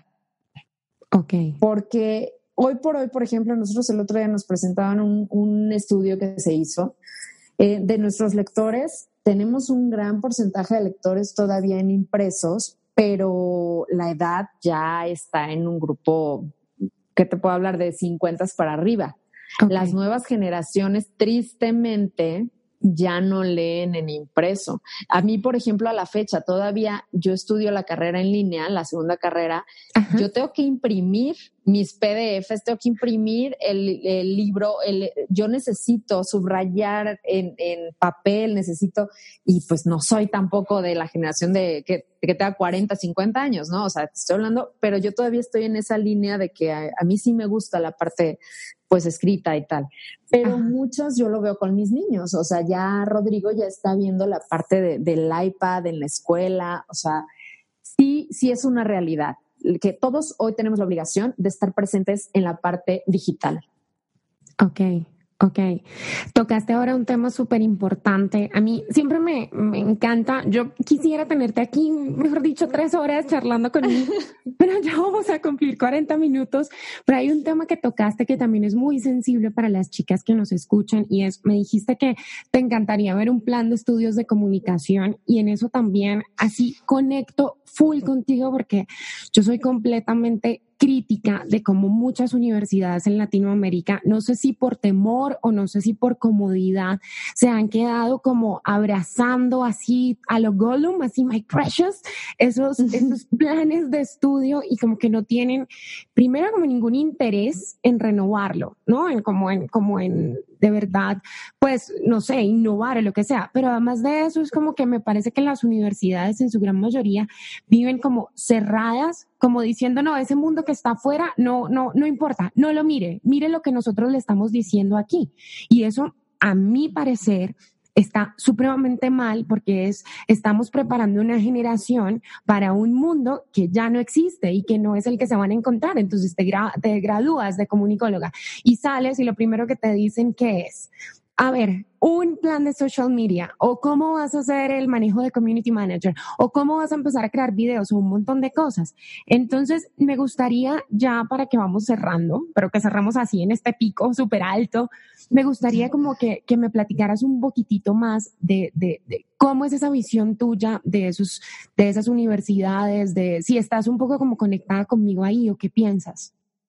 Ok. Porque hoy por hoy, por ejemplo, nosotros el otro día nos presentaban un, un estudio que se hizo eh, de nuestros lectores. Tenemos un gran porcentaje de lectores todavía en impresos, pero la edad ya está en un grupo que te puedo hablar de cincuenta para arriba. Okay. Las nuevas generaciones, tristemente, ya no leen en impreso. A mí, por ejemplo, a la fecha, todavía yo estudio la carrera en línea, la segunda carrera. Ajá. Yo tengo que imprimir mis P D Fs, tengo que imprimir el, el libro, el, yo necesito subrayar en, en papel, necesito, y pues no soy tampoco de la generación de que, de que tenga cuarenta, cincuenta años, ¿no? O sea, te estoy hablando, pero yo todavía estoy en esa línea de que a, a mí sí me gusta la parte pues escrita y tal. Pero Ajá. muchos yo lo veo con mis niños, o sea, ya Rodrigo ya está viendo la parte de, del iPad en la escuela, o sea, sí, sí es una realidad, que todos hoy tenemos la obligación de estar presentes en la parte digital. Ok. Ok, tocaste ahora un tema súper importante. A mí siempre me, me encanta, yo quisiera tenerte aquí, mejor dicho, tres horas charlando conmigo, pero ya vamos a cumplir cuarenta minutos. Pero hay un tema que tocaste que también es muy sensible para las chicas que nos escuchan y es, me dijiste que te encantaría ver un plan de estudios de comunicación y en eso también así conecto full contigo porque yo soy completamente crítica de cómo muchas universidades en Latinoamérica, no sé si por temor o no sé si por comodidad, se han quedado como abrazando así a lo Gollum, así my precious, esos, esos planes de estudio y como que no tienen, primero como ningún interés en renovarlo, ¿no? En como en, como en de verdad, pues, no sé, innovar o lo que sea. Pero además de eso, es como que me parece que las universidades en su gran mayoría viven como cerradas, como diciendo, no, ese mundo que está afuera, no, no, no importa, no lo mire, mire lo que nosotros le estamos diciendo aquí. Y eso, a mi parecer, está supremamente mal porque es, estamos preparando una generación para un mundo que ya no existe y que no es el que se van a encontrar. Entonces te, gra- te gradúas de comunicóloga y sales y lo primero que te dicen que es, a ver, un plan de social media o cómo vas a hacer el manejo de community manager o cómo vas a empezar a crear videos o un montón de cosas. Entonces, me gustaría ya para que vamos cerrando, pero que cerramos así en este pico súper alto, me gustaría como que, que me platicaras un poquitito más de, de, de cómo es esa visión tuya de esos, de esas universidades, de si estás un poco como conectada conmigo ahí o qué piensas.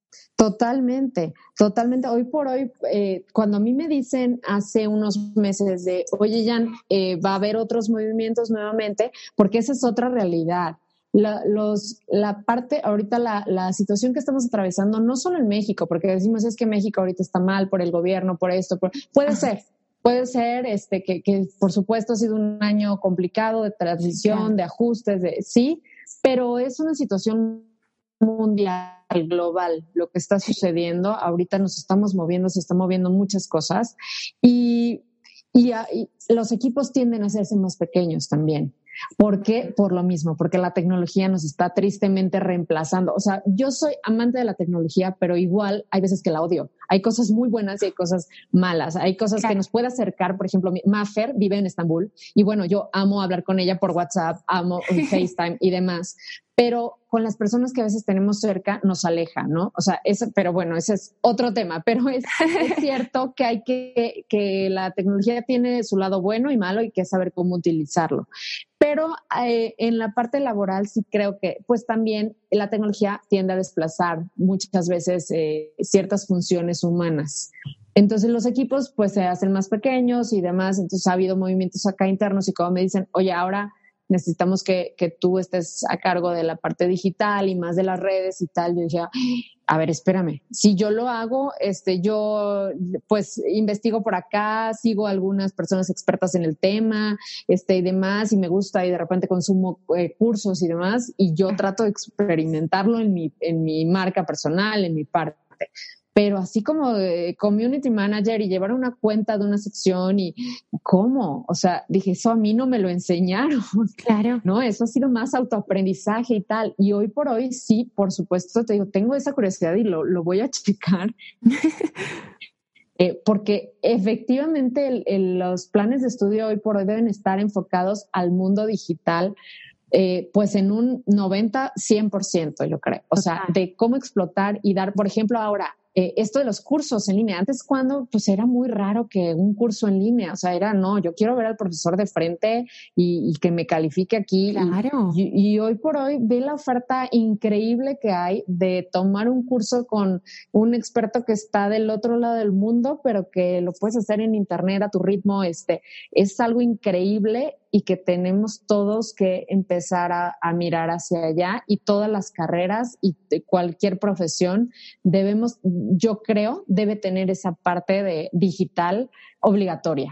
Totalmente, totalmente. Hoy por hoy, eh, cuando a mí me dicen hace unos meses de, oye, Jan, eh, va a haber otros movimientos nuevamente, porque esa es otra realidad. La, los, la parte, ahorita la, la situación que estamos atravesando, no solo en México, porque decimos es que México ahorita está mal por el gobierno, por esto, por, puede Ajá. ser. Puede ser este, que, que, por supuesto, ha sido un año complicado de transición, claro. de ajustes, de, sí, pero es una situación mundial, global, lo que está sucediendo. Ahorita nos estamos moviendo, se están moviendo muchas cosas y, y, y los equipos tienden a hacerse más pequeños también. ¿Por qué? Por lo mismo, porque la tecnología nos está tristemente reemplazando. O sea, yo soy amante de la tecnología, pero igual hay veces que la odio. Hay cosas muy buenas y hay cosas malas. Hay cosas claro. que nos puede acercar. Por ejemplo, Mafer vive en Estambul y bueno, yo amo hablar con ella por WhatsApp, amo FaceTime y demás. Pero con las personas que a veces tenemos cerca nos aleja, ¿no? O sea, eso, pero bueno, ese es otro tema. Pero es, es cierto que hay que, que la tecnología tiene su lado bueno y malo y hay que saber cómo utilizarlo. Pero eh, en la parte laboral sí creo que pues también la tecnología tiende a desplazar muchas veces eh, ciertas funciones humanas. Entonces los equipos pues se hacen más pequeños y demás. Entonces ha habido movimientos acá internos y como me dicen, oye, ahora necesitamos que, que tú estés a cargo de la parte digital y más de las redes y tal. Yo dije, a ver, espérame, si yo lo hago, este, yo pues investigo por acá, sigo a algunas personas expertas en el tema, este, y demás, y me gusta y de repente consumo eh, cursos y demás, y yo trato de experimentarlo en mi, en mi marca personal, en mi parte. Pero así como de community manager y llevar una cuenta de una sección y ¿cómo? O sea, dije, eso a mí no me lo enseñaron. Claro. No, eso ha sido más autoaprendizaje y tal. Y hoy por hoy sí, por supuesto, te digo, tengo esa curiosidad y lo, lo voy a checar. Eh, porque efectivamente el, el, los planes de estudio hoy por hoy deben estar enfocados al mundo digital, eh, pues en un noventa, cien por ciento, yo creo. O sea, de cómo explotar y dar, por ejemplo, ahora, eh, esto de los cursos en línea. Antes, cuando pues era muy raro que un curso en línea, o sea, era no, yo quiero ver al profesor de frente y, y que me califique aquí. Claro. Y, y, y hoy por hoy ve la oferta increíble que hay de tomar un curso con un experto que está del otro lado del mundo, pero que lo puedes hacer en internet a tu ritmo. Este, es algo increíble y que tenemos todos que empezar a, a mirar hacia allá, y todas las carreras y cualquier profesión debemos, yo creo, debe tener esa parte de digital obligatoria.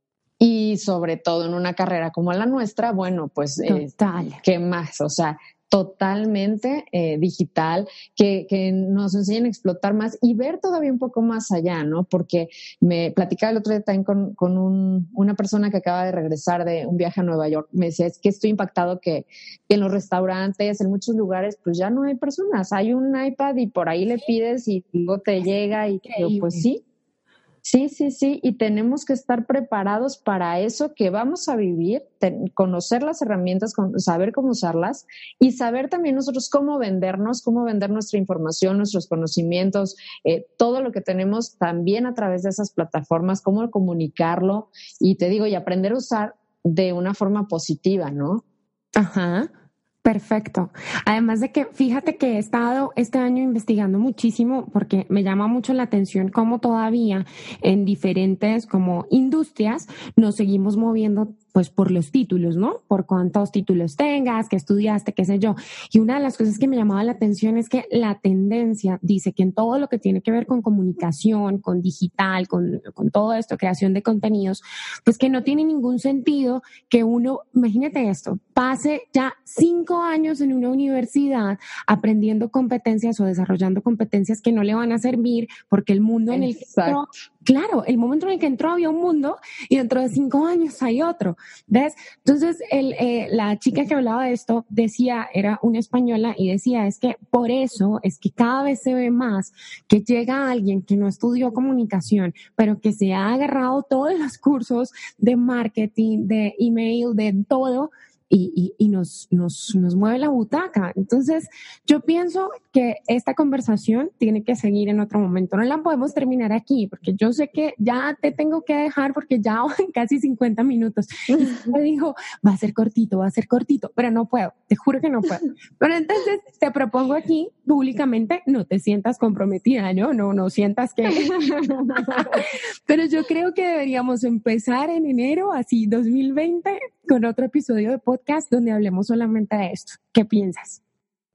Y sobre todo en una carrera como la nuestra, bueno, pues, Total. Eh, ¿qué más? O sea, totalmente eh, digital, que, que nos enseñen a explotar más y ver todavía un poco más allá, ¿no? Porque me platicaba el otro día también con, con un, una persona que acaba de regresar de un viaje a Nueva York. Me decía, es que estoy impactado que, que en los restaurantes, en muchos lugares, pues ya no hay personas. Hay un iPad y por ahí le pides y luego te llega y yo, pues sí. Sí, sí, sí, y tenemos que estar preparados para eso que vamos a vivir, ten, conocer las herramientas, con, saber cómo usarlas y saber también nosotros cómo vendernos, cómo vender nuestra información, nuestros conocimientos, eh, todo lo que tenemos también a través de esas plataformas, cómo comunicarlo y te digo, y aprender a usar de una forma positiva, ¿no? Ajá. Perfecto. Además de que, fíjate que he estado este año investigando muchísimo porque me llama mucho la atención cómo todavía en diferentes como industrias nos seguimos moviendo pues por los títulos, ¿no? Por cuántos títulos tengas, qué estudiaste, qué sé yo. Y una de las cosas que me llamaba la atención es que la tendencia dice que en todo lo que tiene que ver con comunicación, con digital, con, con todo esto, creación de contenidos, pues que no tiene ningún sentido que uno, imagínate esto, pase ya cinco años en una universidad aprendiendo competencias o desarrollando competencias que no le van a servir porque el mundo en el que entró, claro, el momento en el que entró había un mundo y dentro de cinco años hay otro, ¿ves? Entonces, el, eh, la chica que hablaba de esto decía, era una española y decía, es que por eso es que cada vez se ve más que llega alguien que no estudió comunicación, pero que se ha agarrado todos los cursos de marketing, de email, de todo, Y, y, y nos, nos, nos mueve la butaca. Entonces, yo pienso que esta conversación tiene que seguir en otro momento. No la podemos terminar aquí, porque yo sé que ya te tengo que dejar porque ya van casi cincuenta minutos. Y me dijo, va a ser cortito, va a ser cortito, pero no puedo, te juro que no puedo. Pero entonces te propongo aquí públicamente, no te sientas comprometida, ¿no? No, no sientas que... Pero yo creo que deberíamos empezar en enero, así dos mil veinte, con otro episodio de podcast donde hablemos solamente de esto. ¿Qué piensas?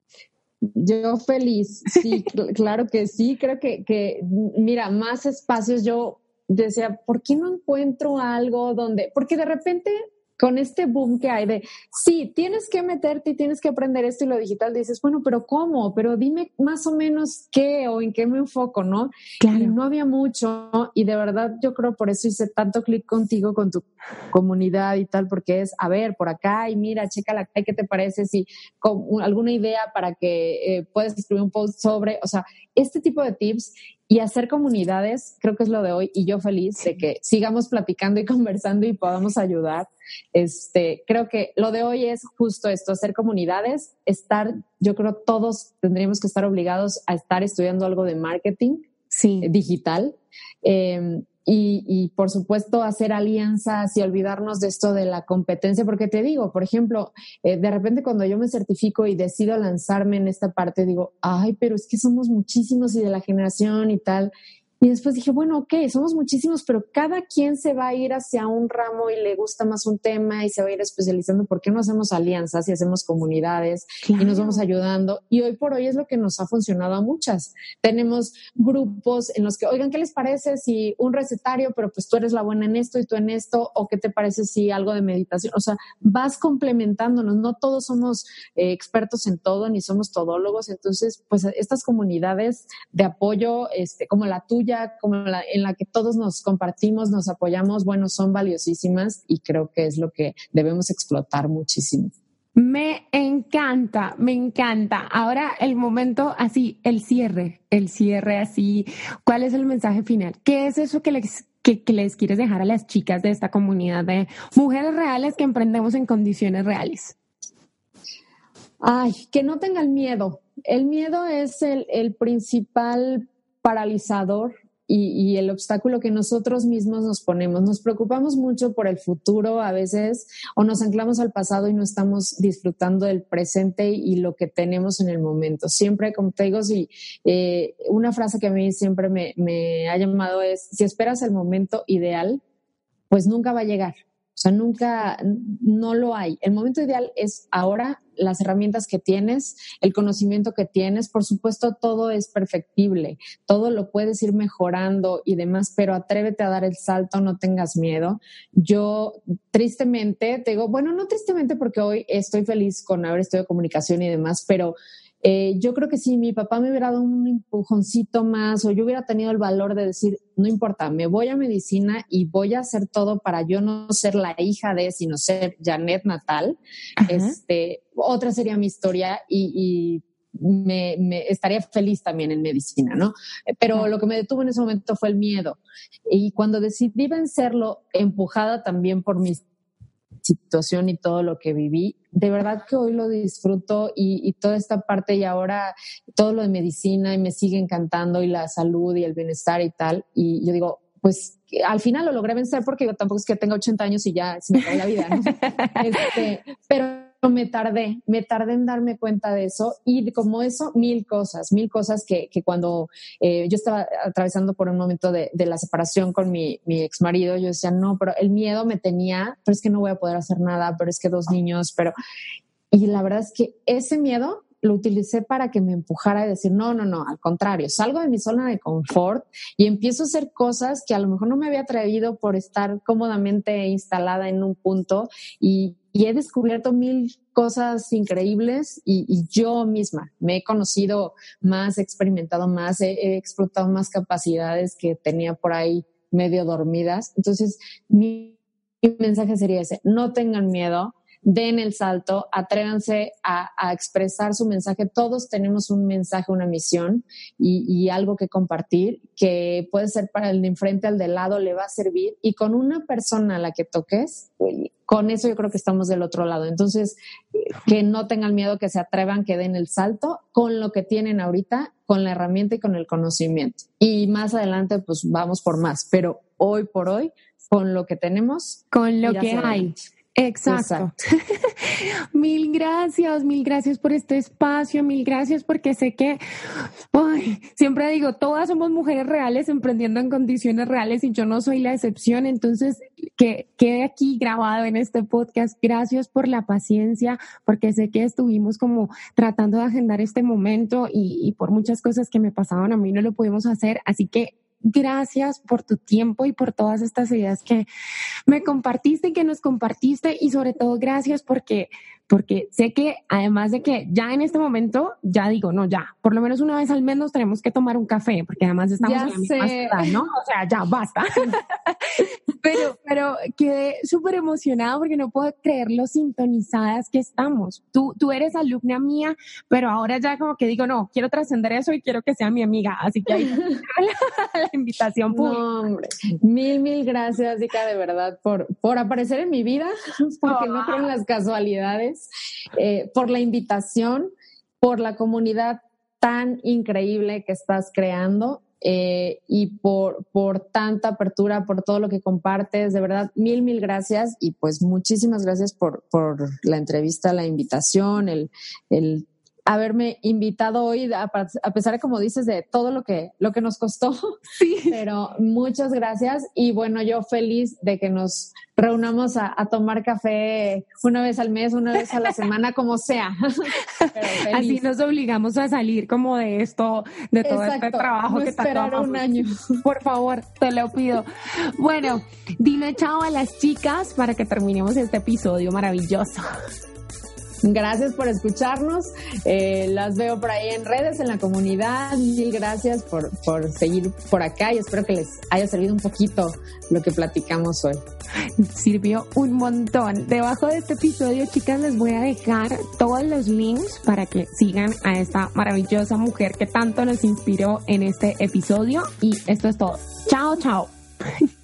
Yo feliz, sí, claro que sí, creo que, que, mira, más espacios. Yo decía, ¿por qué no encuentro algo donde, porque de repente con este boom que hay de, sí, tienes que meterte y tienes que aprender esto y lo digital, dices, bueno, pero ¿cómo? Pero dime más o menos qué o en qué me enfoco, ¿no? Claro. Y no había mucho, y de verdad yo creo por eso hice tanto clic contigo, con tu comunidad y tal, porque es, a ver, por acá y mira, chécala, ¿qué te parece? Si con alguna idea para que eh, puedas escribir un post sobre, o sea, este tipo de tips y hacer comunidades, creo que es lo de hoy, y yo feliz de que sigamos platicando y conversando y podamos ayudar. Este, creo que lo de hoy es justo esto, hacer comunidades, estar, yo creo todos tendríamos que estar obligados a estar estudiando algo de marketing sí. digital. Eh, Y, y, por supuesto, hacer alianzas y olvidarnos de esto de la competencia, porque te digo, por ejemplo, eh, de repente cuando yo me certifico y decido lanzarme en esta parte, digo, ay, pero es que somos muchísimos y de la generación y tal. Y después dije, bueno, ok, somos muchísimos, pero cada quien se va a ir hacia un ramo y le gusta más un tema y se va a ir especializando. ¿Por qué no hacemos alianzas y hacemos comunidades claro. y nos vamos ayudando? Y hoy por hoy es lo que nos ha funcionado a muchas. Tenemos grupos en los que, oigan, ¿qué les parece si un recetario, pero pues tú eres la buena en esto y tú en esto? ¿O qué te parece si algo de meditación? O sea, vas complementándonos. No todos somos eh, expertos en todo, ni somos todólogos. Entonces, pues estas comunidades de apoyo, este, como la tuya, como la, en la que todos nos compartimos, nos apoyamos, bueno, son valiosísimas y creo que es lo que debemos explotar muchísimo. Me encanta, me encanta. Ahora el momento así, el cierre, el cierre así. ¿Cuál es el mensaje final? ¿Qué es eso que les, que, que les quieres dejar a las chicas de esta comunidad de mujeres reales que emprendemos en condiciones reales? Ay, que no tengan miedo. El miedo es el, el principal paralizador y, y el obstáculo que nosotros mismos nos ponemos. Nos preocupamos mucho por el futuro a veces o nos anclamos al pasado y no estamos disfrutando del presente y lo que tenemos en el momento. Siempre, como te digo, si, eh, una frase que a mí siempre me, me ha llamado es, si esperas el momento ideal, pues nunca va a llegar. O sea, nunca, no lo hay. El momento ideal es ahora, las herramientas que tienes, el conocimiento que tienes. Por supuesto, todo es perfectible, todo lo puedes ir mejorando y demás, pero atrévete a dar el salto, no tengas miedo. Yo, tristemente, te digo, bueno, no tristemente porque hoy estoy feliz con haber estudiado comunicación y demás, pero Eh, yo creo que si mi papá me hubiera dado un empujoncito más o yo hubiera tenido el valor de decir, no importa, me voy a medicina y voy a hacer todo para yo no ser la hija de, sino ser Janet Natal, este, otra sería mi historia y, y me, me estaría feliz también en medicina, ¿no? Pero uh-huh. Lo que me detuvo en ese momento fue el miedo. Y cuando decidí vencerlo, empujada también por mis situación y todo lo que viví, de verdad que hoy lo disfruto y, y toda esta parte y ahora todo lo de medicina y me sigue encantando y la salud y el bienestar y tal, y yo digo, pues al final lo logré vencer porque yo tampoco es que tenga ochenta años y ya se me acabó la vida, ¿no? Este, pero me tardé, me tardé en darme cuenta de eso y como eso, mil cosas, mil cosas que, que cuando eh, yo estaba atravesando por un momento de, de la separación con mi, mi ex marido, yo decía, no, pero el miedo me tenía, pero es que no voy a poder hacer nada, pero es que dos niños, pero... Y la verdad es que ese miedo lo utilicé para que me empujara y decir, no, no, no, al contrario, salgo de mi zona de confort y empiezo a hacer cosas que a lo mejor no me había atrevido por estar cómodamente instalada en un punto y, y he descubierto mil cosas increíbles y, y yo misma me he conocido más, he experimentado más, he, he explotado más capacidades que tenía por ahí medio dormidas. Entonces, mi, mi mensaje sería ese, no tengan miedo, den el salto, atrévanse a, a expresar su mensaje. Todos tenemos un mensaje, una misión y, y algo que compartir que puede ser para el de enfrente, al de lado, le va a servir. Y con una persona a la que toques, con eso yo creo que estamos del otro lado. Entonces, que no tengan miedo, que se atrevan, que den el salto con lo que tienen ahorita, con la herramienta y con el conocimiento. Y más adelante, pues vamos por más. Pero hoy por hoy, con lo que tenemos, con lo que hay. Exacto. Exacto. Mil gracias, mil gracias por este espacio, mil gracias porque sé que, uy, siempre digo, todas somos mujeres reales emprendiendo en condiciones reales y yo no soy la excepción, entonces que quede aquí grabado en este podcast. Gracias por la paciencia, porque sé que estuvimos como tratando de agendar este momento y, y por muchas cosas que me pasaban a mí no lo pudimos hacer, así que gracias por tu tiempo y por todas estas ideas que me compartiste y que nos compartiste y sobre todo gracias porque, porque sé que además de que ya en este momento ya digo, no, ya, por lo menos una vez al mes nos tenemos que tomar un café porque además estamos ya en la misma ciudad, ¿no? O sea, ya basta. pero, pero quedé súper emocionada porque no puedo creer lo sintonizadas que estamos. Tú, tú eres alumna mía, pero ahora ya como que digo, no, quiero trascender eso y quiero que sea mi amiga, así que ahí la, la invitación pública. No, hombre, mil, mil gracias, Dica, de verdad, por, por aparecer en mi vida, porque oh. no creo en las casualidades, eh, por la invitación, por la comunidad tan increíble que estás creando. Eh, y por, por tanta apertura, por todo lo que compartes, de verdad, mil, mil gracias y pues muchísimas gracias por, por la entrevista, la invitación, el, el haberme invitado hoy, a, a pesar de, como dices, de todo lo que, lo que nos costó, sí. Pero muchas gracias y bueno, yo feliz de que nos reunamos a, a tomar café una vez al mes, una vez a la semana, como sea. Pero así nos obligamos a salir como de esto, de todo Exacto. este trabajo no que esperar tanto un año. Por favor, te lo pido. Bueno, dile chao a las chicas para que terminemos este episodio maravilloso. Gracias por escucharnos. Eh, las veo por ahí en redes, en la comunidad. Mil gracias por, por seguir por acá y espero que les haya servido un poquito lo que platicamos hoy. Sirvió un montón. Debajo de este episodio, chicas, les voy a dejar todos los links para que sigan a esta maravillosa mujer que tanto nos inspiró en este episodio. Y esto es todo. Chao, chao.